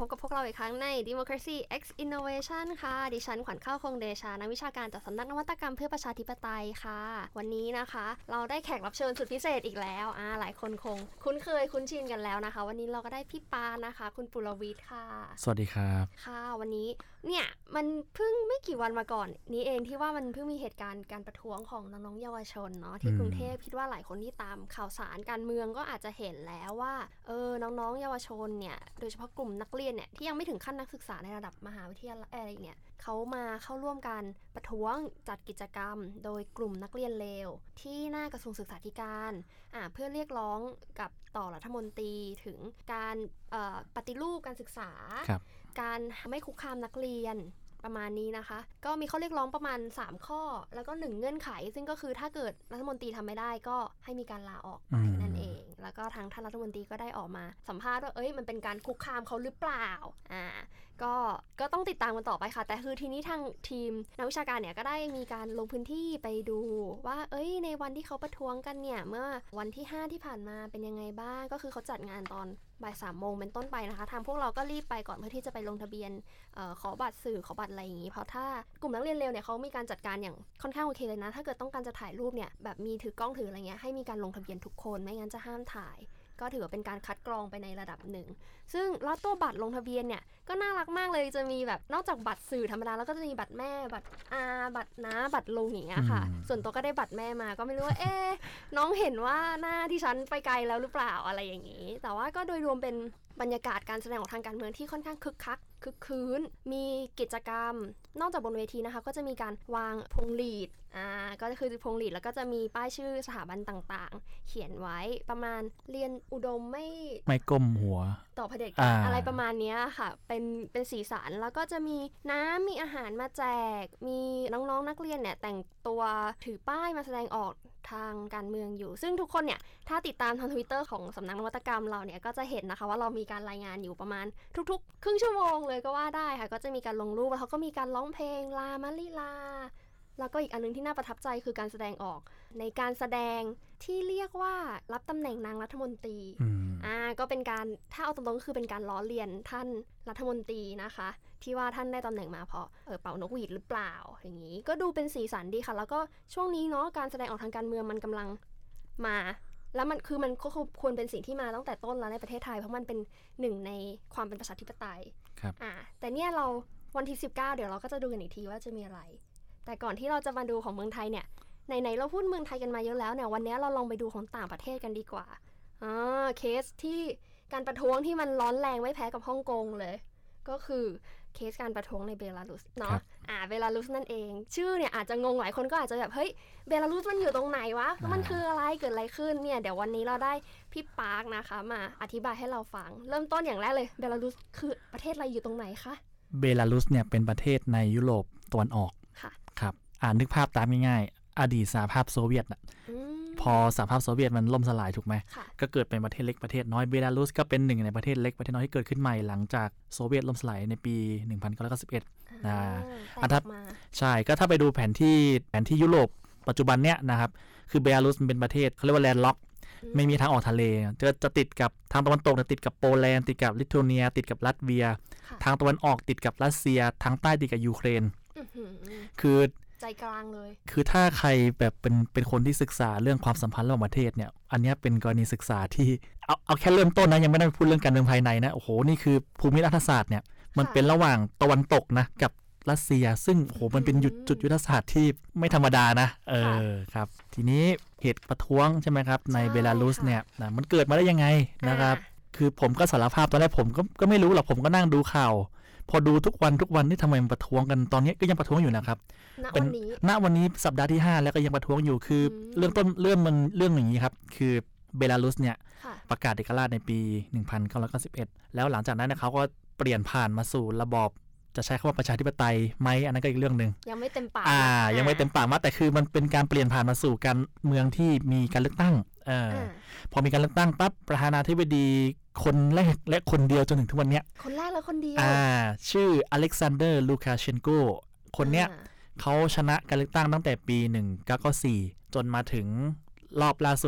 พบกับพวกเราอีกครั้งใน Democracy X Innovation ค่ะดิฉันขวัญข้าวคงเดชานักวิชาการจากสำนักนวัตกรรมเพื่อประชาธิปไตยค่ะวันนี้นะคะเราได้แขกรับเชิญสุดพิเศษอีกแล้วหลายคนคงคุ้นเคยคุ้นชินกันแล้วนะคะวันนี้เราก็ได้พี่ปานะคะคุณปุรวิทย์ค่ะสวัสดีครับค่ะวันนี้เนี่ยมันเพิ่งไม่กี่วันมาก่อนนี้เองที่ว่ามันเพิ่งมีเหตุการณ์การประท้วงของน้องๆเยาวชนเนาะที่กรุงเทพคิดว่าหลายคนที่ตามข่าวสารการเมืองก็อาจจะเห็นแล้วว่าน้องๆเยาวชนเนี่ยโดยเฉพาะกลุ่มนักเรียนเนี่ยที่ยังไม่ถึงขั้นนักศึกษาในระดับมหาวิทยาลัยอะไรเนี่ยเขามาเข้าร่วมการประท้วงจัดกิจกรรมโดยกลุ่มนักเรียนเลวที่หน้ากระทรวงศึกษาธิการเพื่อเรียกร้องกับต่อรัฐมนตรีถึงการปฏิรูปการศึกษาการไม่คุกคามนักเรียนประมาณนี้นะคะก็มีข้อเรียกร้องประมาณ3ข้อแล้วก็1เงื่อนไขซึ่งก็คือถ้าเกิดรัฐมนตรีทำไม่ได้ก็ให้มีการลาออกไปนั่นเองแล้วก็ทางท่านรัฐมนตรีก็ได้ออกมาสัมภาษณ์ว่ามันเป็นการคุกคามเขาหรือเปล่าก็ต้องติดตามกันต่อไปค่ะแต่คือทีนี้ทางทีมนักวิชาการเนี่ยก็ได้มีการลงพื้นที่ไปดูว่าในวันที่เขาประท้วงกันเนี่ยเมื่อวันที่5ที่ผ่านมาเป็นยังไงบ้างก็คือเขาจัดงานตอนบ่าย 3 โมงเป็นต้นไปนะคะทางพวกเราก็รีบไปก่อนเพื่อที่จะไปลงทะเบียนขอบัตรสื่อขอบัตรอะไรอย่างนี้เพราะถ้ากลุ่มนักเรียนเลวเนี่ยเขามีการจัดการอย่างค่อนข้างโอเคเลยนะถ้าเกิดต้องการจะถ่ายรูปเนี่ยแบบมีถือกล้องถืออะไรเงี้ยให้มีการลงทะเบียนทุกคนไม่งั้นจะห้ามถ่ายก็ถือว่าเป็นการคัดกรองไปในระดับหนึ่งซึ่งแล้วตัวบัตรลงทะเบียนเนี่ยก็น่ารักมากเลยจะมีแบบนอกจากบัตรสื่อธรรมดาแล้วก็จะมีบัตรแม่บัตรบัตรน้าบัตรลุงอย่างเงี้ยค่ะส่วนตัวก็ได้บัตรแม่มาก็ไม่รู้ว่าน้องเห็นว่าหน้าที่ฉันไปไกลแล้วหรือเปล่าอะไรอย่างงี้แต่ว่าก็โดยรวมเป็นบรรยากาศการแสดงออกทางการเมืองที่ค่อนข้างคึกคักคึกคืนมีกิจกรรมนอกจากบนเวทีนะคะก็จะมีการวางพวงหลีดก็คือพวงหลีดแล้วก็จะมีป้ายชื่อสถาบันต่างๆเขียนไว้ประมาณเรียนอุดมไม่ก้มหัวต่อเผด็จการอะไรประมาณนี้ค่ะเป็นสีสันแล้วก็จะมีน้ำมีอาหารมาแจกมีน้องๆนักเรียนเนี่ยแต่งตัวถือป้ายมาแสดงออกทางการเมืองอยู่ซึ่งทุกคนเนี่ยถ้าติดตามทาง Twitter ของสำนักนวัตกรรมเราเนี่ยก็จะเห็นนะคะว่าเรามีการรายงานอยู่ประมาณทุกๆครึ่งชั่วโมงเลยก็ว่าได้ค่ะก็จะมีการลงรูปแล้วเขาก็มีการร้องเพลงลามาลิลาแล้วก็อีกอันนึงที่น่าประทับใจคือการแสดงออกในการแสดงที่เรียกว่ารับตำแหน่งนางรัฐมนตรีก็เป็นการถ้าเอาตรงๆก็คือเป็นการล้อเลียนท่านรัฐมนตรีนะคะที่ว่าท่านได้ตำแหน่งมาเพราะเป่านกหวีดหรือเปล่าอย่างนี้ก็ดูเป็นสีสันดีค่ะแล้วก็ช่วงนี้เนาะการแสดงออกทางการเมืองมันกำลังมาแล้วมันก็ควรเป็นสิ่งที่มาตั้งแต่ต้นแล้วในประเทศไทยเพราะมันเป็นหนึ่งในความเป็นประชาธิปไตยครับแต่เนี่ยเราวันที่19เดี๋ยวเราก็จะดูกันอีกทีว่าจะมีอะไรแต่ก่อนที่เราจะมาดูของเมืองไทยเนี่ยไหนๆเราพูดเมืองไทยกันมาเยอะแล้วเนี่ยวันนี้เราลองไปดูของต่างประเทศกันดีกว่าเคสที่การประท้วงที่มันร้อนแรงไม่แพ้กับฮ่องกงเลยก็คือเคสการประท้วงในเบลารุสเนาะเบลารุสนั่นเองชื่อเนี่ยอาจจะงงหลายคนก็อาจจะแบบเฮ้ยเบลารุสมันอยู่ตรงไหนวะมันคืออะไรเกิดอะไรขึ้นเนี่ยเดี๋ยววันนี้เราได้พี่ปาร์คนะคะมาอธิบายให้เราฟังเริ่มต้นอย่างแรกเลยเบลารุสคือประเทศอะไรอยู่ตรงไหนคะเบลารุสเนี่ยเป็นประเทศในยุโรปตะวันออกครับนึกภาพตามง่ายๆอดีตสหภาพโซเวียตพอสหภาพโซเวียตมันล่มสลายถูกไหมก็เกิดเป็นประเทศเล็กประเทศน้อยเบลารุสก็เป็นหนึ่งในประเทศเล็กประเทศน้อยที่เกิดขึ้นใหม่หลังจากโซเวียตล่มสลายในปี 1991 ใช่ก็ถ้าไปดูแผนที่ยุโรปปัจจุบันเนี้ยนะครับคือเบลารุสเป็นประเทศเขาเรียกว่าแลนด์ล็อกไม่มีทางออกทะเลจะติดกับทางตะวันตกติดกับโปแลนด์ติดกับลิทัวเนียติดกับลัตเวียทางตะวันออกติดกับรัสเซียทางใต้ติดกับยูเครนคือใจกลางเลยคือถ้าใครแบบเป็นคนที่ศึกษาเรื่องความสัมพันธ์ระหว่างประเทศเนี่ยอันนี้เป็นกรณีศึกษาที่เอาแค่เริ่มต้นนะยังไม่ได้พูดเรื่องการเมืองภายในนะโอ้โหนี่คือภูมิรัฐศาสตร์เนี่ยมันเป็นระหว่างตะวันตกนะกับรัสเซียซึ่งโอ้โหมันเป็นจุดยุทธศาสตร์ที่ไม่ธรรมดานะครับทีนี้เหตุประท้วงใช่ไหมครับในเบลารุสเนี่ยมันเกิดมาได้ยังไงนะครับคือผมก็สารภาพตอนแรกผมก็ไม่รู้หรอกผมก็นั่งดูข่าวพอดูทุกวันนี่ทำไมมันประท้วงกันตอนนี้ก็ยังประท้วงอยู่นะครับณวันนี้สัปดาห์ที่5แล้วก็ยังประท้วงอยู่คือเรื่องอย่างนี้ครับคือเบลารุสเนี่ยประกาศเอกราชในปี 1991 แล้วหลังจากนั้นเขาก็เปลี่ยนผ่านมาสู่ระบอบจะใช้คำว่าประชาธิปไตยไหมอันนั้นก็อีกเรื่องนึงยังไม่เต็มปากยังไม่เต็มปากมากแต่คือมันเป็นการเปลี่ยนผ่านมาสู่การเมืองที่มีการเลือกตั้งพอมีการเลือกตั้งปั๊บประธานาธิบดีคนแรกและคนเดียวจนถึงทุกวันนี้คนแรกและคนเดียวชื่ออเล็กซานเดอร์ลูคาเชนโกคนเนี้ยเขาชนะการเลือกตั้งตั้งแต่ปี1994จนมาถึงรอบล่าสุด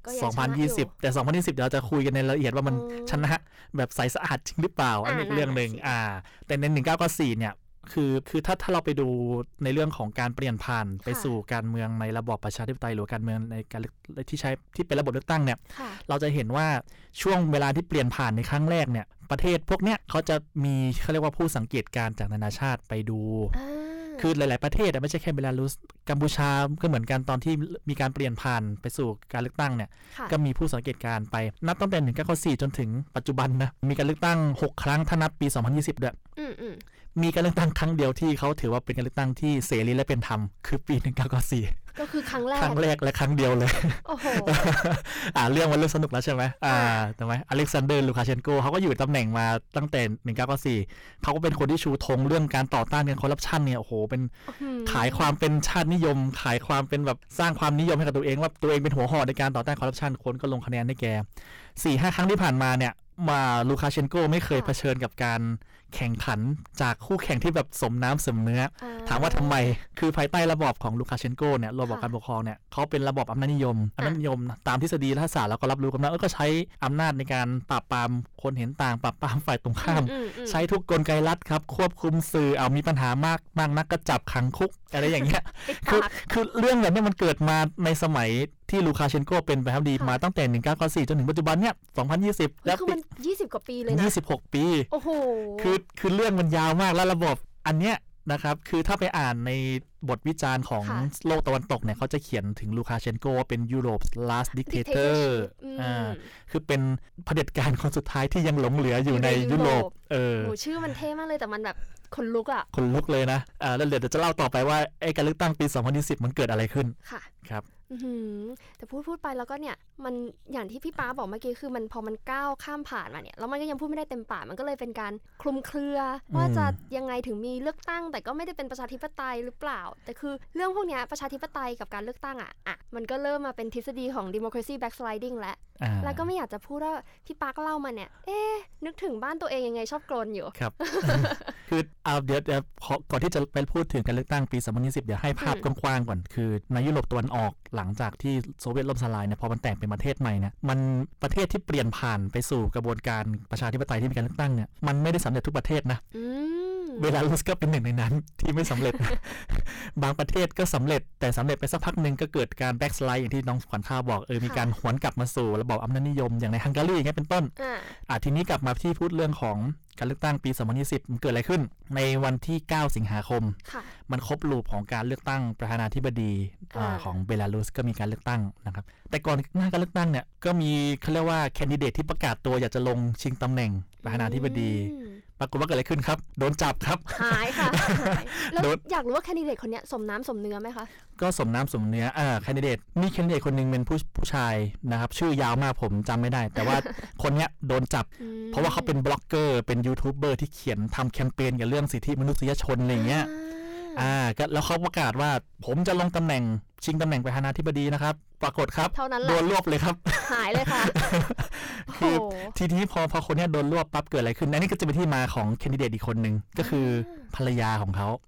ก็ยังชนะอยู่ 2020แต่2020เราจะคุยกันในรายละเอียดว่ามันชนะแบบใสสะอาดจริงหรือเปล่าอันนี้เรื่องนึงแต่ใน1994เนี่ยคือถ้าเราไปดูในเรื่องของการเปลี่ยนผ่านไปสู่การเมืองในระบอบประชาธิปไตยหรือการเมืองในการที่ใช้ที่เป็นระบบเลือกตั้งเนี่ยเราจะเห็นว่าช่วงเวลาที่เปลี่ยนผ่านในครั้งแรกเนี่ยประเทศพวกเนี้ยเขาจะมีเขาเรียกว่าผู้สังเกตการจากนานาชาติไปดูคือหลายๆประเทศไม่ใช่แค่เบลารุสกัมพูชาก็เหมือนกันตอนที่มีการเปลี่ยนผ่านไปสู่การเลือกตั้งเนี่ยก็มีผู้สังเกตการไปนับตั้งแต่1994จนถึงปัจจุบันนะมีการเลือกตั้ง6ครั้งถ้านับปี2020ด้วยมีการเลือกตั้งครั้งเดียวที่เขาถือว่าเป็นการเลือกตั้งที่เสรีและเป็นธรรมคือปี1994 ก็คือครั้งแรกและครั้งเดียวเลยโอ้โหเรื่องมันเริ่มสนุกแล้วใช่ไหมถูกไหมอเล็กซานเดอร์ลูคาเชนโกเขาก็อยู่ตำแหน่งมาตั้งแต่1994เขาก็เป็นคนที่ชูธงเรื่องการต่อต้านการคอร์รัปชันเนี่ยโอ้โหเป็นขายความเป็นชาตินิยมขายความเป็นแบบสร้างความนิยมให้กับตัวเองว่าตัวเองเป็นหัวหอกในการต่อต้านคอร์รัปชันคนก็ลงคะแนนให้แก 4-5 ครั้งที่ผ่านมาเนี่ยลูคาเชนโกไม่เคยเผชิญกับการแข่งขันจากคู่แข่งที่แบบสมน้ำสมเนื้อถามว่าทำไมคือภายใต้ระบอบของลูคาเชนโกเนี่ยระบอบการปกครองเนี่ยเขาเป็นระบอบอำนาจนิยมตามทฤษฎีรัฐศาสตร์แล้วก็รับรู้กันแล้วก็ใช้อำนาจในการปราบปรามคนเห็นต่างปราบปรามฝ่ายตรงข้ามใช้ทุกกลไกรัฐครับควบคุมสื่อมีปัญหามากนักก็จับขังคุกอะไรอย่างเงี้ยคือเรื่องแบบนี้มันเกิดมาในสมัยที่ลูคาเชนโกเป็นประธานาธิบดีมาตั้งแต่1994จนถึงปัจจุบันเนี่ย2020 แล้วคือมัน20กว่าปีเลยนะ 26ปีโอ้โหคือเรื่องมันยาวมากแล้วระบบอันเนี้ยนะครับคือถ้าไปอ่านในบทวิจารณ์ของโลกตะวันตกเนี่ยเขาจะเขียนถึงลูคาเชนโกว่าเป็น Europe's last dictator คือเป็นเผด็จการคนสุดท้ายที่ยังหลงเหลืออยู่ในยุโรปโหชื่อมันเท่มากเลยแต่มันแบบคนลุกอ่ะคนลุกเลยนะแล้วเดี๋ยวจะเล่าต่อไปว่าไอ้การเลือกตั้งปี2020มันเกิดอะไรขึ้นค่ะครับแต่พูดไปแล้วก็เนี่ยมันอย่างที่พี่ป๊าบอกเมื่อกี้คือมันพอมันก้าวข้ามผ่านมาเนี่ยแล้วมันก็ยังพูดไม่ได้เต็มปากมันก็เลยเป็นการคลุมเครือว่าจะยังไงถึงมีเลือกตั้งแต่ก็ไม่ได้เป็นประชาธิปไตยหรือเปล่าแต่คือเรื่องพวกนี้ประชาธิปไตยกับการเลือกตั้งมันก็เริ่มมาเป็นทฤษฎีของ democracy backsliding แล้วก็ไม่อยากจะพูดว่าพี่ป๊าก็เล่ามาเนี่ยนึกถึงบ้านตัวเองยังไงชอบกรนอยู่ครับ คือเดี๋ยวก่อนที่จะไปพูดถึงการเลือกตั้งปี2020เดี๋ยวให้ภาพกว้างๆก่อนคือในยุโรปตะวันออกหลังจากที่โซเวียตล่มสลายเนี่ยพอมันแตกเป็นประเทศใหม่เนี่ยมันประเทศที่เปลี่ยนผ่านไปสู่กระบวนการประชาธิปไตยที่มีการเลือกตั้งเนี่ยมันไม่ได้สำเร็จทุกประเทศนะเบลารุสก็เป็นหนึ่งในนั้นที่ไม่สำเร็จ บางประเทศก็สำเร็จแต่สำเร็จไปสักพักหนึ่งก็เกิดการแบ็กสไลด์อย่างที่น้องขวัญข้าวบอกมีการหวนกลับมาสู่ระบอบอำนาจนิยมอย่างในฮังการีอย่างเงี้ยเป็นต้นทีนี้กลับมาที่พูดเรื่องของการเลือกตั้งปี2020มันเกิดอะไรขึ้นในวันที่9สิงหาคมมันครบลูปของการเลือกตั้งประธานาธิบดีของเบลารุสก็มีการเลือกตั้งนะครับแต่ก่อนหน้าการเลือกตั้งเนี่ยก็มีเขาเรียกว่าแคนดิเดตที่ประกาศตัวอยากจะลงชิงตำแหน่งประธานาธิบดีปรากฏว่าเกิดอะไรขึ้นครับโดนจับครับหายค่ะแล้วอยากรู้ว่าแคนดิเดตคนนี้สมน้ำสมเนื้อไหมคะก็สมน้ำสมเนื้อแคนดิเดตมีแคนดิเดตคนนึงเป็นผู้ชายนะครับชื่อยาวมากผมจำไม่ได้แต่ว่าคนนี้โดนจับเพราะว่าเขาเป็นบล็อกเกอร์เป็นยูทูบเบอร์ที่เขียนทำแคมเปญกับเรื่องสิทธิมนุษยชนอะไรเงี้ยแล้วเขาประกาศว่าผมจะลงตำแหน่งชิงตำแหน่งประธานาธิบดีนะครับปรากฏครับโดนรวบเลยครับหายเลยค่ะคือทีนี้พอคนนี้โดนรวบปั๊บเกิดอะไรขึ้นอันนี้ก็จะเป็นที่มาของแคนดิเดตอีกคนนึงก็คือภรรยาของเขา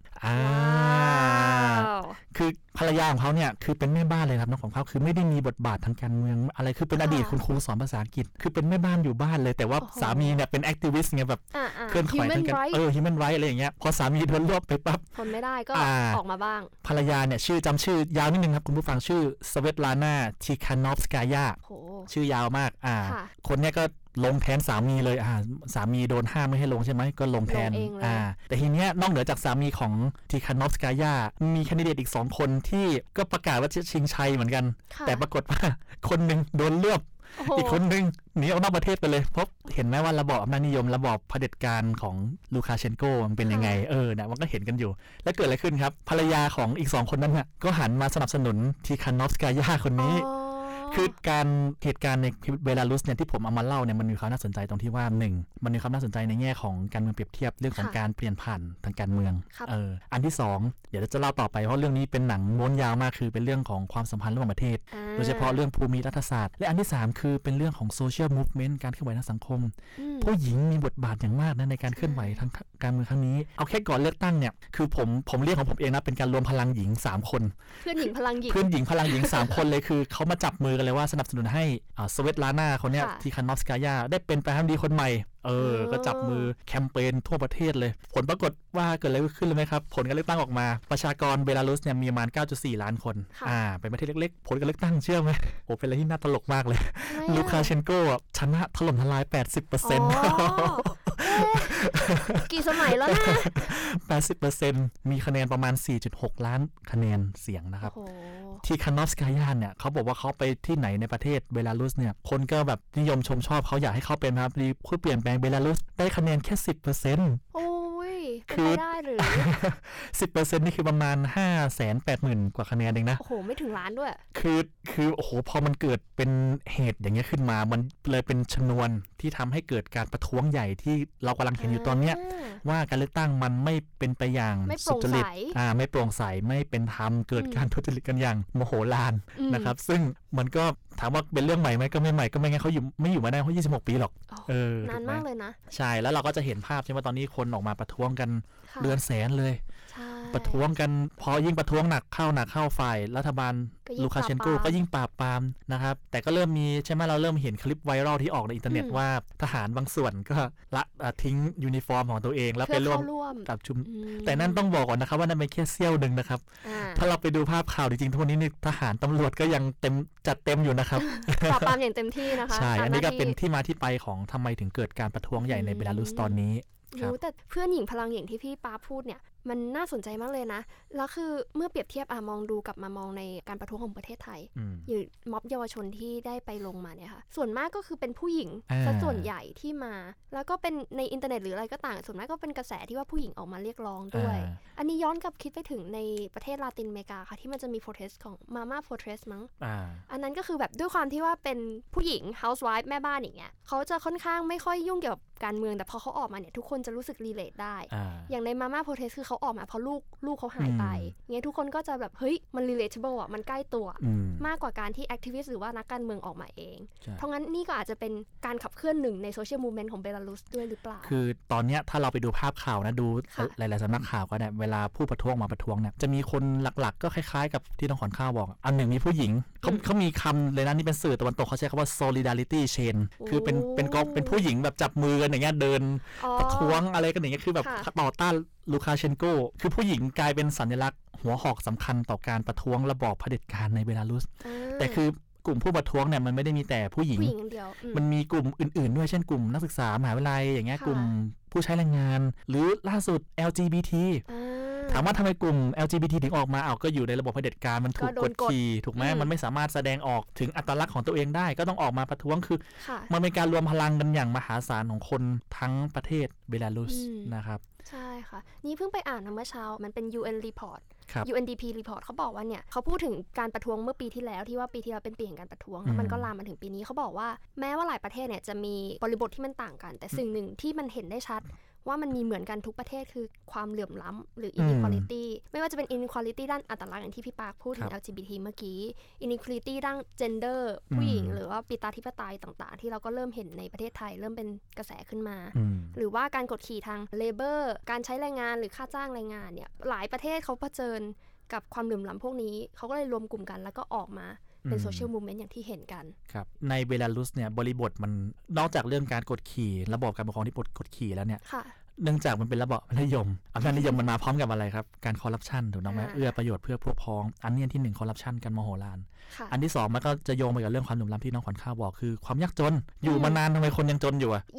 คือภรรยาของเขาเนี่ยคือเป็นแม่บ้านเลยครับน้องของเขาคือไม่ได้มีบทบาททางการเมืองอะไรคือเป็นอดีตคุณครูสอนภาษาอังกฤษคือเป็นแม่บ้านอยู่บ้านเลยแต่ว่าสามีเนี่ยเป็นแอคทิวิสต์ไงแบบเคลื่อนไหวทางการhuman right อะไรอย่างเงี้ยพอสามีโดนรวบไปปั๊บทนไม่ได้ก็ออกมาบ้างภรรยาเนี่ยจำชื่อยาวนิดนึงครับคุณผู้ฟังชื่อสเวตลานาทิคานอฟสกายาชื่อยาวมากคนเนี้ยก็ลงแทนสามีเลยสามีโดนห้ามไม่ให้ลงใช่ไหมก็ลงแทนแต่ทีเนี้ยนอกเหนือจากสามีของทิคานอฟสกายามีแคนดิเดตอีก2คนที่ก็ประกาศว่าจะชิงชัยเหมือนกันแต่ปรากฏว่าคนนึงโดนเลือกอีกคนนึงหนีออกนอกประเทศไปเลยเพราะเห็นไหมว่าระบอบอำนาจนิยมระบอบเผด็จการของลูคาเชนโกมันเป็นยังไงเนี่ยมันก็เห็นกันอยู่แล้วเกิดอะไรขึ้นครับภรรยาของอีก2คนนั้นน่ะก็หันมาสนับสนุนทิคานอฟสกายาคนนี้คือเหตุการณ์ในเบลารุสเนี่ยที่ผมเอามาเล่าเนี่ยมันมีความน่าสนใจตรงที่ว่า1มันมีความน่าสนใจในแง่ของการเมืองเปรียบเทียบเรื่องของการเปลี่ยนผ่านทางการเมืองอันที่2เดี๋ยวจะเล่าต่อไปเพราะเรื่องนี้เป็นหนังม้วนยาวมากคือเป็นเรื่องของความสัมพันธ์ระหว่างประเทศโดยเฉพาะเรื่องภูมิรัฐศาสตร์และอันที่3คือเป็นเรื่องของโซเชียลมูฟเมนต์การเคลื่อนไหวทางสังคมผู้หญิงมีบทบาทอย่างมากนะในการเคลื่อนไหวการเมืองครั้งนี้เอาแค่ก่อนเลือกตั้งเนี่ยคือผมเรียกของผมเองนะเป็นการรวมพลังหญิง3คนเพื่อนหญิงพลังหญิงเพื่อนหญิงพลังหญิง3คนเลยคือเขามาจับมือกันเลยว่าสนับสนุนให้สเวตลานาคนเนี้ยทีคานอฟสกายาได้เป็นประธานาธิบดีคนใหม่ก็จับมือแคมเปญทั่วประเทศเลยผลปรากฏว่าเกิดอะไรขึ้นเลยไหมครับผลการเลือกตั้งออกมาประชากรเบลารุสเนี่ยมีประมาณ 9.4 ล้านคนเป็นประเทศเล็กๆผลการเลือกตั้งเชื่อไหมโอ้เป็นอะไรที่น่าตลกมากเลยลูคาเชนโกชนะถล่มทลาย 80% กี่สมัยแล้วนะ 80% มีคะแนนประมาณ 4.6 ล้านคะแนนเสียงนะครับที่คานอฟสกายาเนี่ยเขาบอกว่าเขาไปที่ไหนในประเทศเบลารุสเนี่ยคนก็แบบนิยมชมชอบเขาอยากให้เขาเป็นครับผู้เปลี่ยนแปลงเบลารุสได้คะแนนแค่ 10% โอ้ยเป็นไปได้หรือ 10% นี่คือประมาณ 580,000 กว่าคะแนนเองนะโอ้โหไม่ถึงล้านด้วยคือโอ้โหพอมันเกิดเป็นเหตุอย่างเงี้ยขึ้นมามันเลยเป็นชนวนที่ทำให้เกิดการประท้วงใหญ่ที่เรากำลังเห็นอยู่ตอนเนี้ยว่าการเลือกตั้งมันไม่เป็นไปอย่างสุจริตไม่โปร่งใสไม่เป็นธรรมเกิดการทุจริตกันอย่างโมโหฬารนะครับซึ่งมันก็ถามว่าเป็นเรื่องใหม่ไหมก็ไม่ใหม่ก็ไม่งั้นเขาไม่อยู่มาได้เพราะ26 ปีหรอกนานมากเลยนะใช่แล้วเราก็จะเห็นภาพใช่ไหมตอนนี้คนออกมาประท้วงกันเรือนแสนเลยประท้วงกันพอยิ่งประท้วงหนักเข้าฝ่ายรัฐบาลลูคาเชนโกก็ยิ่งปราบปรามนะครับแต่ก็เริ่มมีใช่ไหมเราเริ่มเห็นคลิปไวรัลที่ออกในอินเทอร์เน็ตว่าทหารบางส่วนก็ละทิ้งยูนิฟอร์มของตัวเองแล้วไปร่วมกับชุมแต่นั่นต้องบอกก่อนนะครับว่านั่นเป็นแค่เสี้ยวหนึ่งนะครับถ้าเราไปดูภาพข่าวจริงๆทุกวันนี้ทหารตำรวจก็ยังจัดเต็มอยู่นะครับปราบปรามอย่างเต็มที่นะคะใช่อันนี้ก็เป็นที่มาที่ไปของทำไมถึงเกิดการประท้วงใหญ่ในเบลารุสตอนนี้แต่เพื่อนหญิงพลังอย่างที่พี่ป๊าพูดเนี่ยมันน่าสนใจมากเลยนะแล้วคือเมื่อเปรียบเทียบมองดูกลับมามองในการประท้วงของประเทศไทยอยู่ม็อบเยาวชนที่ได้ไปลงมาเนี่ยค่ะส่วนมากก็คือเป็นผู้หญิงซะส่วนใหญ่ที่มาแล้วก็เป็นในอินเทอร์เน็ตหรืออะไรก็ต่างส่วนมากก็เป็นกระแสที่ว่าผู้หญิงออกมาเรียกร้องด้วยอันนี้ย้อนกลับคิดไปถึงในประเทศลาตินอเมริกาค่ะที่มันจะมีโปรเทสของมาม่าโปรเทสมั้งอันนั้นก็คือแบบด้วยความที่ว่าเป็นผู้หญิง housewife แม่บ้านอย่างเงี้ยเขาจะค่อนข้างไม่ค่อยยุ่งเกี่ยวกับการเมืองแต่พอเขาออกมาเนี่ยทุกคนจะรู้สึกรีเลทได้อย่างในมาม่าโปรเทสคือเขาออกมาเพราะลูกเขาหายไปเงี้ยทุกคนก็จะแบบเฮ้ยมัน relatable อ่ะมันใกล้ตัวมากกว่าการที่ activist หรือว่านักการเมืองออกมาเองเพราะงั้นนี่ก็อาจจะเป็นการขับเคลื่อนหนึ่งใน social movement ของเบลารุสด้วยหรือเปล่าคือตอนเนี้ยถ้าเราไปดูภาพข่าวนะดูหลายๆสำนักข่าวก็เนี่ยเวลาผู้ประท้วงมาประท้วงเนี่ยจะมีคนหลักๆก็คล้ายๆกับที่น้องขวัญข้าวบอกอันหนึ่งมีผู้หญิงเขามีคำเลยนะนี่เป็นสื่อตะวันตกเขาใช้คำว่า solidarity chain คือเป็นผู้หญิงแบบจับมือกันอย่างเงี้ยเดินประท้วงอะไรกันอย่างเงี้ยคือแบบต่อต้านลูคาเชนโกคือผู้หญิงกลายเป็นสัญลักษณ์หัวหอกสำคัญต่อการประท้วงระบอบเผด็จการในเบลารุสแต่คือกลุ่มผู้ประท้วงเนี่ยมันไม่ได้มีแต่ผู้หญิงเดียวมันมีกลุ่มอื่นๆด้วยเช่นกลุ่มนักศึกษามหาวิทยาลัยอย่างเงี้ยกลุ่มผู้ใช้แรงงานหรือล่าสุด LGBT ถามว่าทำไมกลุ่ม LGBT ถึงออกมาก็อยู่ในระบบเผด็จการมันถูกกดขี่ถูกไหมมันไม่สามารถแสดงออกถึงอัตลักษณ์ของตัวเองได้ก็ต้องออกมาประท้วงคือมันเป็นการรวมพลังกันอย่างมหาศาลของคนทั้งประเทศเบลารุสนะครับใช่ค่ะนี่เพิ่งไปอ่านเมื่อเช้ามันเป็น UN report UNDP report เขาบอกว่าเนี่ยเขาพูดถึงการประท้วงเมื่อปีที่แล้วที่ว่าปีที่แล้วเป็นปีแห่งการประท้วงแล้วมันก็ลามมาถึงปีนี้เขาบอกว่าแม้ว่าหลายประเทศเนี่ยจะมีบริบทที่มันต่างกันแต่สิ่งหนึ่งที่มันเห็นได้ชัดว่ามันมีเหมือนกันทุกประเทศคือความเหลื่อมล้ำหรือ inequality ไม่ว่าจะเป็น inequality ด้านอัตลักษณ์อย่างที่พี่ปาร์คพูดถึง LGBT เมื่อกี้ inequality ด้าน gender ผู้หญิงหรือว่าปิตาธิปไตยต่างๆที่เราก็เริ่มเห็นในประเทศไทยเริ่มเป็นกระแสขึ้นมาหรือว่าการกดขี่ทาง labor การใช้แรงงานหรือค่าจ้างแรงงานเนี่ยหลายประเทศเขาเผชิญกับความเหลื่อมล้ำพวกนี้เขาก็เลยรวมกลุ่มกันแล้วก็ออกมาเป็นโซเชียลมูฟเมนต์อย่างที่เห็นกันครับในเบลารุสเนี่ยบริบทมันนอกจากเรื่องการกดขี่ระบบการปกครองที่กดขี่แล้วเนี่ยเนื่องจากมันเป็นระบบอำนาจนิยมมันมาพร้อมกับอะไรครับการคอร์รัปชันถูกต้องไหมเอื้อประโยชน์เพื่อพวกพ้องอันนี้ที่1คอร์รัปชันกันมโหฬารอันที่2มันก็จะโยงไปกับเรื่องความเหลื่อมล้ำที่น้องขวัญข้าวบอกคือความยากจนอยู่มานานทำไมคนยังจนอยู่อ่ะ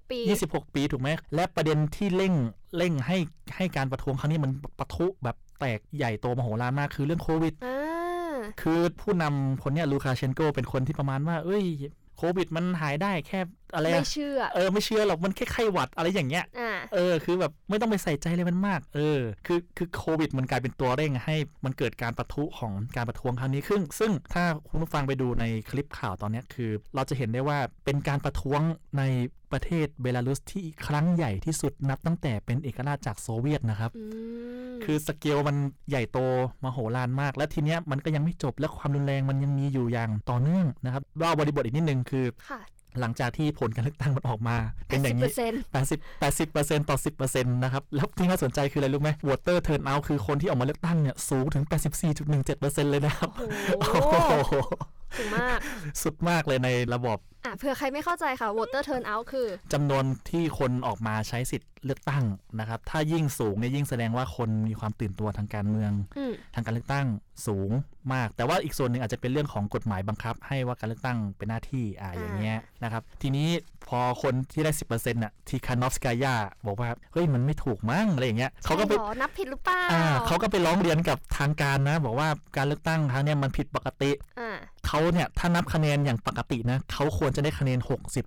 26 ปีถูกไหมและประเด็นที่เร่งให้การประท้วงครั้งนี้มันปะทุแบบแตกใหญ่โตมโหฬารมากคือเรื่องโควิดคือผู้นำคนเนี้ยลูคาเชนโกเป็นคนที่ประมาณว่าโควิดมันหายได้แค่อะไรไม่เชื่อไม่เชื่อหรอกมันแค่ไข้หวัดอะไรอย่างเงี้ยคือแบบไม่ต้องไปใส่ใจเลยมันมากคือโควิดมันกลายเป็นตัวเร่งให้มันเกิดการปะทุของการประท้วงครั้งนี้ขึ้นซึ่งถ้าคุณผู้ฟังไปดูในคลิปข่าวตอนนี้คือเราจะเห็นได้ว่าเป็นการประท้วงในประเทศเบลารุสที่ครั้งใหญ่ที่สุดนับตั้งแต่เป็นเอกราชจากโซเวียตนะครับคือสเกลมันใหญ่โตมโหฬารมากและทีเนี้ยมันก็ยังไม่จบและความรุนแรงมันยังมีอยู่อย่างต่อเนื่องนะครับเล่าบริบทอีกนิดนึงคือหลังจากที่ผลการเลือกตั้งมันออกมาเป็นอย่างนี้ 80% ต่อ 10% นะครับแล้วที่น่าสนใจคืออะไรรู้ไหม voter turnout คือคนที่ออกมาเลือกตั้งเนี่ยสูงถึง 84.17% เลยนะครับโอ้โหสูงมากสุดมากเลยในระบบเผื่อใครไม่เข้าใจค่ะ voter turnout คือจำนวนที่คนออกมาใช้สิทธิ์เลือกตั้งนะครับถ้ายิ่งสูงเนี่ยยิ่งแสดงว่าคนมีความตื่นตัวทางการเมืองทางการเลือกตั้งสูงมากแต่ว่าอีกส่วนหนึ่งอาจจะเป็นเรื่องของกฎหมายบังคับให้ว่าการเลือกตั้งเป็นหน้าที่อย่างเงี้ยนะครับทีนี้พอคนที่ได้ 10% น่ะทีคานอฟสกายาบอกว่าเฮ้ยมันไม่ถูกมั้งอะไรอย่างเงี้ยเขาก็ไปนับผิดหรือเปล่าเขาก็ไปร้องเรียนกับทางการนะบอกว่าการเลือกตั้งครั้งนี้มันผิดปกติเขาเนี่ยถ้านับคะแนนอย่างปกตินะเขาควรจะได้คะแนน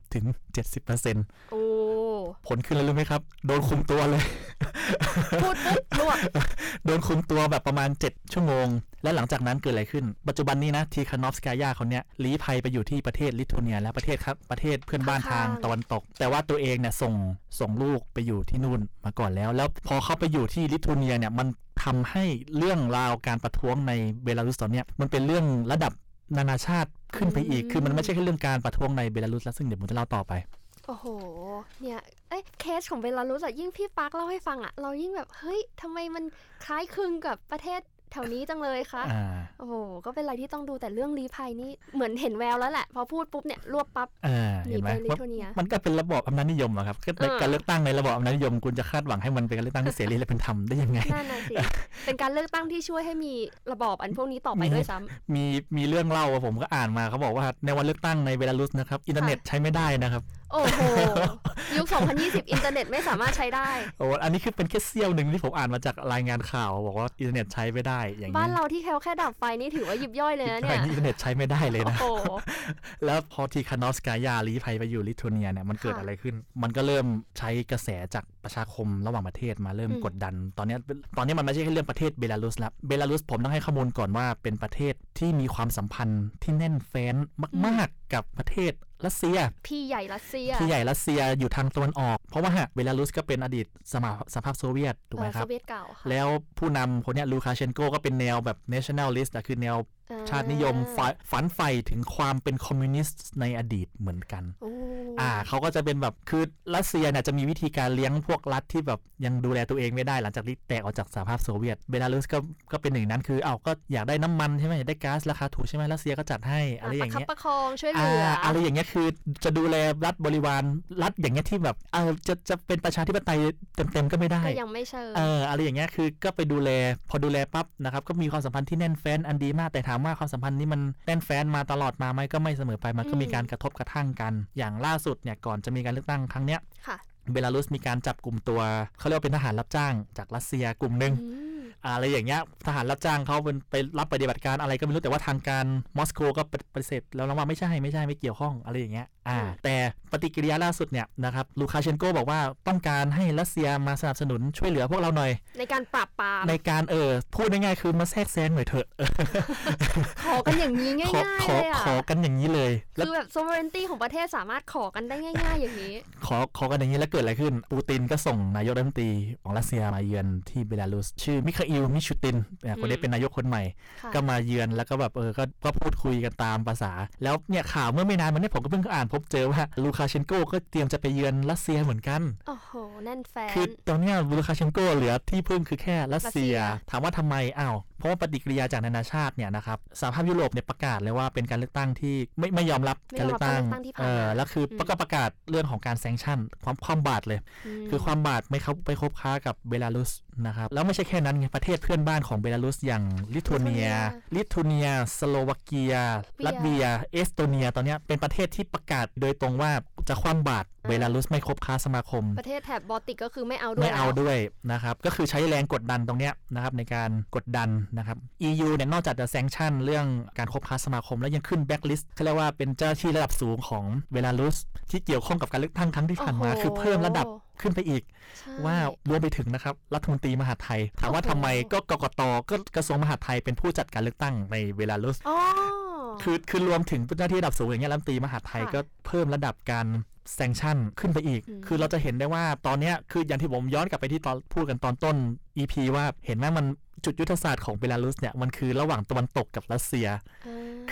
60-70% โอ้ผลขึ้นแล้วรู้ไหมครับโดนคุมตัวเลยพูดปุ๊บรวบโดนคุมตัวแบบประมาณ7ชั่วโมงและหลังจากนั้นเกิดอะไรขึ้นปัจจุบันนี้นะทีคานอฟสกายาเขาเนี่ยลี้ภัยไปอยู่ที่ประเทศลิทัวเนียและประเทศเพื่อนบ้านทางตะวันตกแต่ว่าตัวเองเนี่ยส่งลูกไปอยู่ที่นู่นมาก่อนแล้วพอเข้าไปอยู่ที่ลิทัวเนียเนี่ยมันทำให้เรื่องราวการประท้วงในเบลารุสตอนนี้มันเป็นเรื่องระดับนานาชาติขึ้นไปอีกคือมันไม่ใช่แค่เรื่องการประท้วงในเบลารุสแล้วซึ่งเดี๋ยวผมจะเล่าต่อไปโอ้โหเนี่ยเคสของเบลารุสยิ่งพี่ปักเล่าให้ฟังเรายิ่งแบบเฮ้ยทำไมมันคล้ายคลึงกับประเทศแถวนี้จังเลยคะโอ้โหก็เป็นอะไรที่ต้องดูแต่เรื่องลี้ภัยนี่เหมือนเห็นแววแล้วแหละพอพูดปุ๊บเนี่ยรวบปั๊บหนีไปลิทัวเนียมันก็เป็นระบอบอำนาจนิยมอะครับการเลือกตั้งในระบอบอำนาจนิยมคุณจะคาดหวังให้มันเป็นการเลือกตั้งที่เสรีและเป็นธรรมได้ยังไงนั่นน่ะสิเป็นการเลือกตั้งที่ช่วยให้มีระบอบอันพวกนี้ต่อไปด้วยซ้ำมีเรื่องเล่าผมก็อ่านมาเขาบอกว่าในวันเลือกตั้งในเบลารุสนะครับอินเทอร์เน็ตใช้ไม่ได้นะครับโอ้โหยุค 2020 อินเทอร์เน็ตไม่สามารถใช้ได้โอ้อันนี้คือเป็นแค่เสี้ยวหนึ่งที่ผมอ่านมาจากรายงานข่าวบอกว่าอินเทอร์เน็ตใช้ไม่ได้อย่างนี้บ้านเราที่แค่ดับไฟนี่ถือว่ายิบย่อยเลยนะเนี่ยอินเทอร์เน็ตใช้ไม่ได้เลยนะแล้วพอทีคานอฟสกายาลี้ภัยไปอยู่ลิทัวเนียเนี่ยมันเกิดอะไรขึ้นมันก็เริ่มใช้กระแสจากประชาคมระหว่างประเทศมาเริ่มกดดันตอนนี้มันไม่ใช่แค่เรื่องประเทศเบลารุสแล้วเบลารุสผมต้องให้ข้อมูลก่อนว่าเป็นประเทศที่มีความสัมพันธ์ที่แน่นแฟ้นมากๆกับประเทศรัสเซียพี่ใหญ่รัสเซียอยู่ทางตะวันออกเพราะว่าเบลารุสก็เป็นอดีตสหภาพโซเวียตถูกไหมครับโซเวียตเก่าค่ะแล้วผู้นำคนนี้ลูคาเชนโกก็เป็นแนวแบบ nationalist คือแนวชาตินิยมฝันใฝ่ถึงความเป็นคอมมิวนิสต์ในอดีตเหมือนกันเขาก็จะเป็นแบบคือรัสเซียเนี่ยจะมีวิธีการเลี้ยงพวกรัฐที่แบบยังดูแลตัวเองไม่ได้หลังจากที่แตกออกจากสหภาพโซเวียตเบลารุสก็เป็นหนึ่งนั้นคือก็อยากได้น้ำมันใช่ไหมอยากได้ก๊าซราคาถูกใช่ไหมรัสเซียก็จัดให้อะไรอย่างเงี้ยประคองช่วยเหลืออะไรอย่างเงี้ยคือจะดูแลรัฐบริวารรัฐอย่างเงี้ยที่แบบจะเป็นประชาธิปไตยเต็มก็ไม่ได้ก็ยังไม่เชิญอะไรอย่างเงี้ยคือก็ไปดูแลพอดูแลปั๊บนะครับก็มีความสัมพันธ์ที่แน่นแฟ้นอันดีมากแต่ถามว่าความสัมพันธ์นี้มันแน่นแฟ้นมาตลอดมาไหมก็ไม่เสมอไปมันก็มีการกระทบกระทั่งกันอย่างล่าสุดเนี่ยก่อนจะมีการเลือกตั้งครั้งเนี้ยเบลารุสมีการจับกลุ่มตัวเขาเรียกว่าเป็นทหารรับจ้างจากรัสเซียกลุ่มนึงอะไรอย่างเงี้ยทหารรับจ้างเขาไปรับปฏิบัติการอะไรก็ไม่รู้แต่ว่าทางการมอสโกก็ปฏิเสธแล้วว่าไม่ใช่ไม่เกี่ยวข้องอะไรอย่างเงี้ยแต่ปฏิกิริยาล่าสุดเนี่ยนะครับลูคาเชนโกบอกว่าต้องการให้รัสเซียมาสนับสนุนช่วยเหลือพวกเราหน่อยในการปราบปรามในการพูดง่ายๆคือมาแทรกแซงหน่อยเถอะขอกันอย่างนี้ง่ายๆเลยขอกันอย่างนี้เลยคือแบบ sovereignty ของประเทศสามารถขอกันได้ง่ายๆอย่างนี้ขอกันอย่างนี้แล้วเกิดอะไรขึ้นปูตินก็ส่งนายกรัฐมนตรีของรัสเซียมาเยือนที่เบลารุสชื่อมิคาอิลมิชูตินคนนี้เป็นนายกคนใหม่ก็มาเยือนแล้วก็แบบก็พูดคุยกันตามภาษาแล้วเนี่ยข่าวเมื่อไม่นานมานี้ผมก็เพิ่งอ่านพบเจอว่าลูคาเชนโกก็เตรียมจะไปเยือนรัสเซียเหมือนกันโอ้โหแน่นแฟนคือตอนนี้ลูคาเชนโกเหลือที่พึ่งคือแค่รัสเซียถามว่าทำไมเพราะว่าปฏิกิริยาจากนานาชาติเนี่ยนะครับสหภาพยุโรปเนี่ยประกาศเลยว่าเป็นการเลือกตั้งที่ไม่ยอมรับการเลือกตั้งแล้วคือก็ประกาศเรื่องของการแซงชั่นความบาดเลยคือความบาดไม่คบค้ากับเบลารุสนะครับแล้วไม่ใช่แค่นั้นไงประเทศเพื่อนบ้านของเบลารุสอย่างลิทัวเนียสโลวาเกียลัตเวียเอสโตเนียตอนนี้เป็นประเทศที่ประกาศโดยตรงว่าจะคว่ำบาตรเบลารุสไม่คบค้าสมาคมประเทศแถบบอลติกก็คือไม่เอาด้วยนะครับก็คือใช้แรงกดดันตรงเนี้ยนะครับในการกดดันนะครับ EU เนี่ยนอกจากจะแซงชั่นเรื่องการคบค้าสมาคมแล้วยังขึ้นแบล็คลิสต์เขาเรียกว่าเป็นเจ้าหน้าที่ระดับสูงของเบลารุสที่เกี่ยวข้องกับการเลือกตั้งครั้งที่ผ่านมาคือเพิ่มระดับขึ้นไปอีกว่ารวมไปถึงนะครับรัฐมนตรีมหาดไทยถามว่าทำไมก็กกต.ก็กระทรวงมหาดไทยเป็นผู้จัดการเลือกตั้งในเบลารุสคือรวมถึงเจ้าหน้าที่ระดับสูงอย่างเงี้ยรัฐมนตรีมหาดไทยก็เพิ่มระดับการแซงชั่นขึ้นไปอีกคือเราจะเห็นได้ว่าตอนนี้คืออย่างที่ผมย้อนกลับไปที่ตอนพูดกันตอนต้น EP ว่าเห็นไหมมันจุดยุทธศาสตร์ของเบลารุสเนี่ยมันคือระหว่างตะวันตกกับรัสเซียคื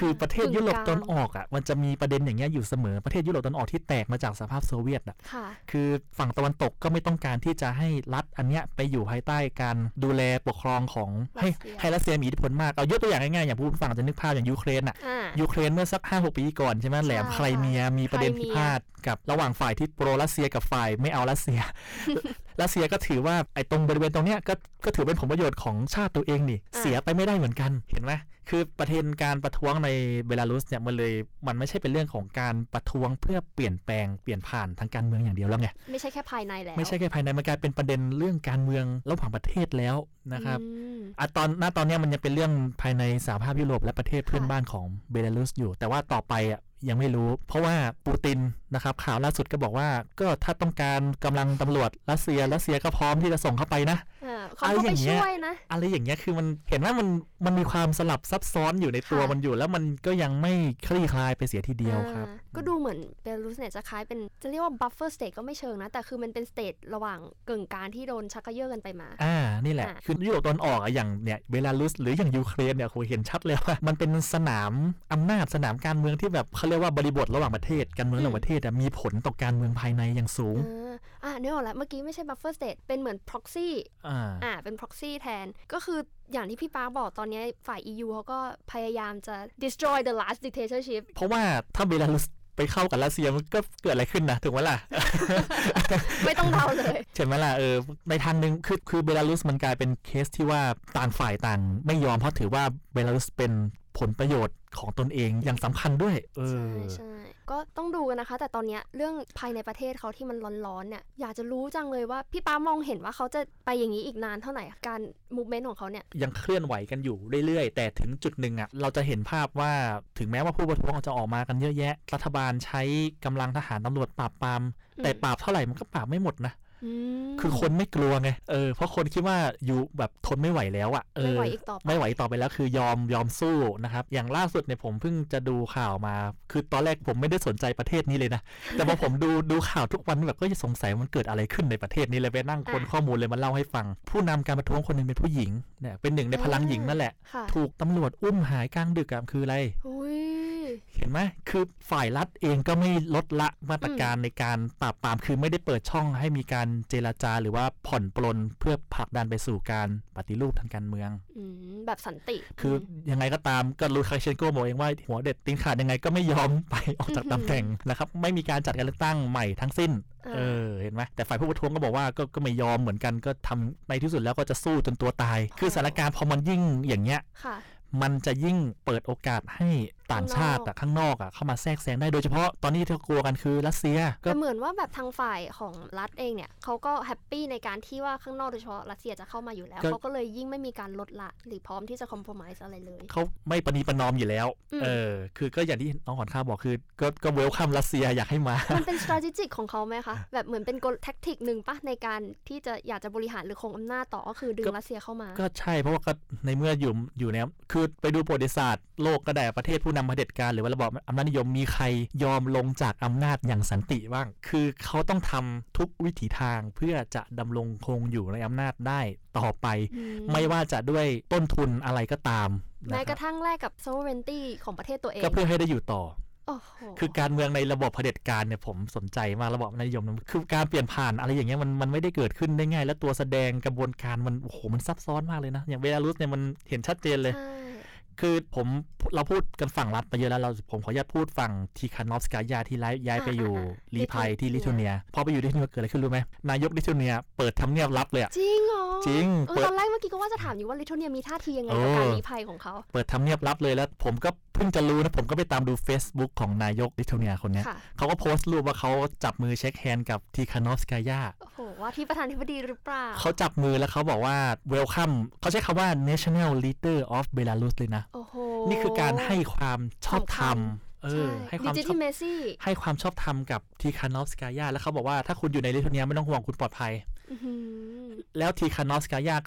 คือประเทศยุโรปตะวันออกอ่ะมันจะมีประเด็นอย่างเงี้ยอยู่เสมอประเทศยุโรปตะวันออกที่แตกมาจากสหภาพโซเวียตอ่ะคือฝั่งตะวันตกก็ไม่ต้องการที่จะให้รัฐอันเนี้ยไปอยู่ภายใต้การดูแลปกครองของให้รัสเซียมีอิทธิพลมากเอายกตัวอย่างง่ายๆอย่างผู้ฟังจะนึกภาพอย่างยูเครนอ่ะยูเครนเมื่อสัก 5-6 ปีก่อนใช่ไหมแหลมไครเมียมีประเด็นพิพาทกับระหว่างฝ่ายที่โปรรัสเซียกับฝ่ายไม่เอารัสเซีย รัสเซียก็ถือว่าไอ้ตรงบริเวณตรงเนี้ยก็ถือเป็นผลประโยชน์ของชาติตัวเองนี่เสียไปไม่ได้เหมือนกันเห็นไหมคือประเด็นการประท้วงในเบลารุสเนี่ยมันไม่ใช่เป็นเรื่องของการประท้วงเพื่อเปลี่ยนแปลงเปลี่ยนผ่านทางการเมืองอย่างเดียวแล้วไงไม่ใช่แค่ภายในแล้วไม่ใช่แค่ภายในมันกลายเป็นประเด็นเรื่องการเมืองระหว่างประเทศแล้วนะครับตอนนี้มันยังเป็นเรื่องภายในสหภาพยุโรปและประเทศเพื่อนบ้านของเบลารุสอยู่แต่ว่าต่อไปอ่ะยังไม่รู้เพราะว่าปูตินนะครับข่าวล่าสุดก็บอกว่าก็ถ้าต้องการกำลังตำรวจรัสเซียก็พร้อมที่จะส่งเข้าไปนะอะไรอย่างเงี้ยอะไรอย่างเงี้ยคือมันเห็นว่ามันมีความสลับซับซ้อนอยู่ในตัวมันอยู่แล้วมันก็ยังไม่คลี่คลายไปเสียทีเดียวครับก็ดูเหมือนเบลารุสเนี่ยจะคล้ายเป็นจะเรียกว่าบัฟเฟอร์สเตทก็ไม่เชิงนะแต่คือมันเป็นสเตทระหว่างกึ่งกลางที่โดนชักกระเยาะกันไปมานี่แหละคือยุโรปตะวันออกอย่างเนี่ยเบลารุสหรืออย่างยูเครนเนี่ยโหเห็นชัดเลยว่ามันเป็นสนามอำนาจสนามการเมืองที่แบบเขาเรียกว่าบริบทระหว่างประเทศการเมืองระหว่างประเทศมีผลต่อการเมืองภายในอย่างสูงนึกออกแล้วเมื่อกี้ไม่ใช่ buffer state เป็นเหมือน proxy เป็น proxy แทนก็คืออย่างที่พี่ปาบอกตอนนี้ฝ่าย EU เขาก็พยายามจะ destroy the last dictatorship เพราะว่าถ้าเบลารุสไปเข้ากับรัสเซียมันก็เกิดอะไรขึ้นนะถูกไหมล่ะไม่ต้องเดาเลยใช่ไหมล่ะในทางนึงคือเบลารุสมันกลายเป็นเคสที่ว่าต่างฝ่ายต่างไม่ยอมเพราะถือว่าเบลารุสเป็นผลประโยชน์ของตนเองอย่างสำคัญด้วยใช่ก็ต้องดูกันนะคะแต่ตอนนี้เรื่องภายในประเทศเขาที่มันร้อนๆเนี่ยอยากจะรู้จังเลยว่าพี่ป้ามองเห็นว่าเขาจะไปอย่างนี้อีกนานเท่าไหร่การมูฟเมนต์ของเขาเนี่ยยังเคลื่อนไหวกันอยู่เรื่อยๆแต่ถึงจุดหนึ่งอ่ะเราจะเห็นภาพว่าถึงแม้ว่าผู้ประท้วงจะออกมากันเยอะแยะรัฐบาลใช้กำลังทหารตำรวจปราบปรามแต่ปราบเท่าไหร่มันก็ปราบไม่หมดนะคือคนไม่กลัวไงเพราะคนคิดว่าอยู่แบบทนไม่ไหวแล้วอ่ะไม่ไหวต่อไปแล้วคือยอมสู้นะครับอย่างล่าสุดเนี่ยผมเพิ่งจะดูข่าวมาคือตอนแรกผมไม่ได้สนใจประเทศนี้เลยนะแต่พอผมดูข่าวทุกวันแบบก็จะสงสัยมันเกิดอะไรขึ้นในประเทศนี้เลยไปนั่งค้นข้อมูลเลยมาเล่าให้ฟังผู้นำการประท้วงคนนึงเป็นผู้หญิงเนี่ยเป็นหนึ่งในพลังหญิงนั่นแหละถูกตำรวจอุ้มหายกลางดึกคืออะไรเห็นไหมคือฝ่ายรัฐเองก็ไม่ลดละมาตรการในการปราบปรามคือไม่ได้เปิดช่องให้มีการเจรจาหรือว่าผ่อนปลนเพื่อผลักดันไปสู่การปฏิรูปทางการเมืองแบบสันติคือยังไงก็ตามก็ลูคาเชนโกบอกเองว่าหัวเด็ดตีนขาดยังไงก็ไม่ยอมไปออกจากตำแหน่งนะครับไม่มีการจัดการเลือกตั้งใหม่ทั้งสิ้นเห็นไหมแต่ฝ่ายผู้ประท้วงก็บอกว่าก็ไม่ยอมเหมือนกันก็ทำในที่สุดแล้วก็จะสู้จนตัวตายคือสถานการณ์พอมันยิ่งอย่างเงี้ยมันจะยิ่งเปิดโอกาสให้ต่างชาติข้างนอกเข้ามาแทรกแซงได้โดยเฉพาะตอนนี้ที่กลัวกันคือรัสเซียก็เหมือนว่าแบบทางฝ่ายของรัฐเองเนี่ยเขาก็แฮปปี้ในการที่ว่าข้างนอกโดยเฉพาะรัสเซียจะเข้ามาอยู่แล้วเขาก็เลยยิ่งไม่มีการลดละหรือพร้อมที่จะคอมโพรไมซ์อะไรเลยเขาไม่ปณีประนอมอยู่แล้วคือก็อย่างที่น้องขวัญข้าบอกคือก็เวลคัมรัสเซียอยากให้มามันเป็น strategic ของเขาไหมคะแบบเหมือนเป็นกลแทคติกนึงป่ะในการที่จะอยากจะบริหารหรือคงอำนาจต่อก็คือดึงรัสเซียเข้ามาก็ใช่เพราะว่าก็ในเมื่ออยู่เนี่ยคือไปดูประวัติศาสตร์โลกก็ได้ประเทศผู้นำเผด็จการหรือว่าระบอบอำนาจนิยมมีใครยอมลงจากอำนาจอย่างสันติบ้างคือเขาต้องทำทุกวิถีทางเพื่อจะดำรงคงอยู่ในอำนาจได้ต่อไปไม่ว่าจะด้วยต้นทุนอะไรก็ตามแม้กระทั่งแลกกับ sovereignty ของประเทศตัวเองก็เพื่อให้ได้อยู่ต่อคือการเมืองในระบบเผด็จการเนี่ยผมสนใจมากระบบอำนาจนิยมคือการเปลี่ยนผ่านอะไรอย่างเงี้ยมันไม่ได้เกิดขึ้นได้ง่ายและตัวแสดงกระบวนการมันมันซับซ้อนมากเลยนะอย่างเบลารุสเนี่ยมันเห็นชัดเจนเลยคือเราพูดกันฝั่งรัฐไปเยอะแล้วผมขออนุญาตพูดฝั่งทีคานอฟสกายาที่ย้ายไปอยู่ลีภัยที่ลิทัวเนียพอไปอยู่ลิทัวเนียเกิดอะไรขึ้นรู้ไหมนายกลิทัวเนียเปิดทำเนียบลับเลยจริงเหรอจริงตอนแรกเมื่อกี้ก็ว่าจะถามอยู่ว่าลิทัวเนียมีท่าทียังไงกับการลีภัยของเขาเปิดทำเนียบลับเลยแล้วผมก็เพิ่งจะรู้นะผมก็ไปตามดู Facebook ของนายกลิทัวเนียคนนี้เขาก็โพสต์รูปว่าเขาจับมือเช็คแฮนด์กับทีคานอฟสกายาโอ้โหว่าที่ประธานาธิบดีหรือเปล่าเขาจับมือแล้วเขาบอกว่า welcome เขาใช้คำว่า national leader of Belarus เลยนะนี่คือการให้ความชอบธรรมให้ความชอบธรรมกับทีคานอฟสกายาแล้วเขาบอกว่าถ้าคุณอยู่ในลิทัวเนียไม่ต้องห่วงคุณปลอดภัยแล้วทีคานอฟสกายาก็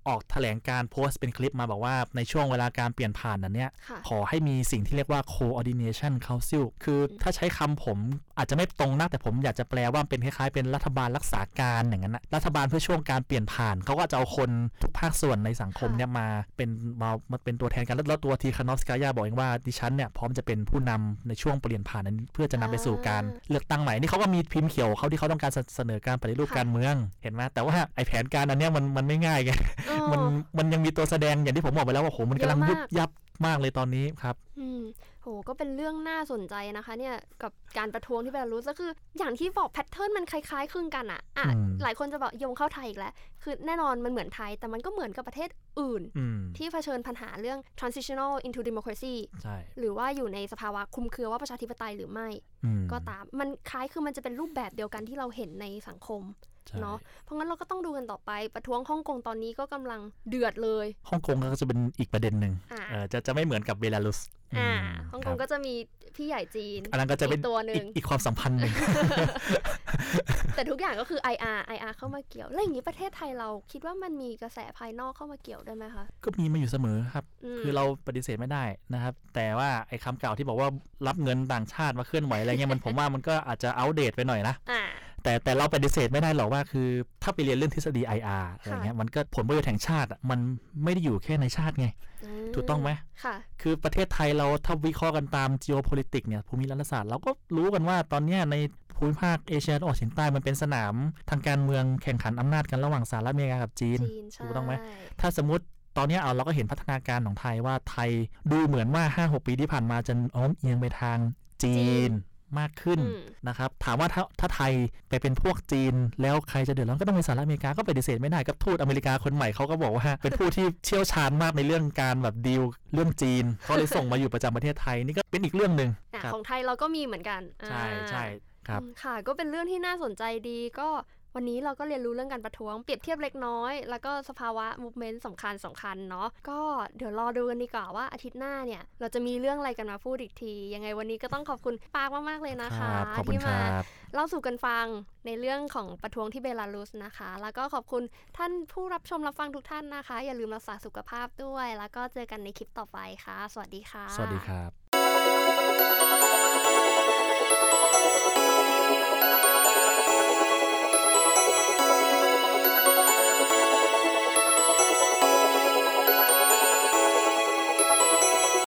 ออกแถลงการโพสต์เป็นคลิปมาบอกว่าในช่วงเวลาการเปลี่ยนผ่านนั้นเนี่ยขอให้มีสิ่งที่เรียกว่า coordination council คือถ้าใช้คำผมอาจจะไม่ตรงนะแต่ผมอยากจะแปลว่าเป็นคล้ายๆเป็นรัฐบาลรักษาการอย่างนั้นนะรัฐบาลเพื่อช่วงการเปลี่ยนผ่านเขาก็จะเอาคนทุกภาคส่วนในสังคมเนี่ยมาเป็นตัวแทนกันแล้วตัวทีคานอฟสกายาบอกเองว่าดิฉันเนี่ยพร้อมจะเป็นผู้นำในช่วงเปลี่ยนผ่านนั้นเพื่อจะนำไปสู่การเลือกตั้งใหม่นี่เขาก็มีพิมพ์เขียวเขาที่เขาต้องการเสนอการปฏิรูปการเมืองเห็นไหมแต่ว่าไอแผนการอันเนี้ยมันไม่ง่ายไงมันยังมีตัวแสดงอย่างที่ผมบอกไปแล้วว่าโหมันกำลังยุบยับมากเลยตอนนี้ครับโหก็เป็นเรื่องน่าสนใจนะคะเนี่ยกับการประท้วงที่เบลารุสก็คืออย่างที่บอกแพทเทิร์นมันคล้ายๆคลึงกันอ่ะหลายคนจะบอกโยงเข้าไทยอีกแล้วคือแน่นอนมันเหมือนไทยแต่มันก็เหมือนกับประเทศอื่นที่เผชิญปัญหาเรื่อง transitional into democracy หรือว่าอยู่ในสภาวะคลุมเครือว่าประชาธิปไตยหรือไม่ก็ตามมันคล้ายคือมันจะเป็นรูปแบบเดียวกันที่เราเห็นในสังคมเนาะเพราะงั้นเราก็ต้องดูกันต่อไปประท้วงฮ่องกงตอนนี้ก็กำลังเดือดเลยฮ่องกงก็จะเป็นอีกประเด็นหนึ่งจะไม่เหมือนกับเบลารุสฮ่องกงก็จะมีพี่ใหญ่จีนอันนั้นก็จะเป็นตัวนึงอีกความสัมพันธ์นึงแต่ทุกอย่างก็คือ IR เข้ามาเกี่ยวแล้วอย่างนี้ประเทศไทยเราคิดว่ามันมีกระแสภายนอกเข้ามาเกี่ยวได้ไหมคะก็มีมาอยู่เสมอครับคือเราปฏิเสธไม่ได้นะครับแต่ว่าไอ้คำกล่าวที่บอกว่ารับเงินต่างชาติมาเคลื่อนไหวอะไรเงี้ยผมว่ามันก็อาจจะอัปเดตไปหน่อยนะแต่เราปฏิเสธไม่ได้หรอกว่าคือถ้าไปเรียนเรื่องทฤษฎี IR อะไรเงี้ยมันก็ผลประโยชน์แห่งชาติมันไม่ได้อยู่แค่ในชาติไงถูกต้องไหมคือประเทศไทยเราถ้าวิเคราะห์กันตาม geopolitics เนี่ยภูมิรัฐศาสตร์เราก็รู้กันว่าตอนนี้ในภูมิภาคเอเชียตะวันออกเฉียงใต้มันเป็นสนามทางการเมืองแข่งขันอำนาจกันระหว่างสหรัฐอเมริกากับจีนถูกต้องไหมถ้าสมมติตอนนี้เราก็เห็นพัฒนาการของไทยว่าไทยดูเหมือนว่า 5-6 ปีที่ผ่านมาจะโน้มเอียงไปทางจีนมากขึ้นนะครับถามว่าถ้าไทยไปเป็นพวกจีนแล้วใครจะเดือดร้อนก็ต้องเป็นสหรัฐอเมริกาก็ปฏิเสธไม่ได้กับทูตอเมริกาคนใหม่เขาก็บอกว่าเป็นผู้ที่เชี่ยวชาญมากในเรื่องการแบบดีลเรื่องจีนเขาเลยส่งมาอยู่ประจำประเทศไทยนี่ก็เป็นอีกเรื่องนึงของไทยเราก็มีเหมือนกันใช่ครับค่ะก็เป็นเรื่องที่น่าสนใจดีก็วันนี้เราก็เรียนรู้เรื่องการประท้วงเปรียบเทียบเล็กน้อยแล้วก็สภาวะ movement สำคัญเนาะก็เดี๋ยวรอดูกันดีกว่าว่าอาทิตย์หน้าเนี่ยเราจะมีเรื่องอะไรกันมาพูดอีกทียังไงวันนี้ก็ต้องขอบคุณปากมากๆเลยนะคะที่มาเล่าสู่กันฟังในเรื่องของประท้วงที่เบลารุสนะคะแล้วก็ขอบคุณท่านผู้รับชมรับฟังทุกท่านนะคะอย่าลืมรักษาสุขภาพด้วยแล้วก็เจอกันในคลิปต่อไปค่ะสวัสดีค่ะสวัสดีครับ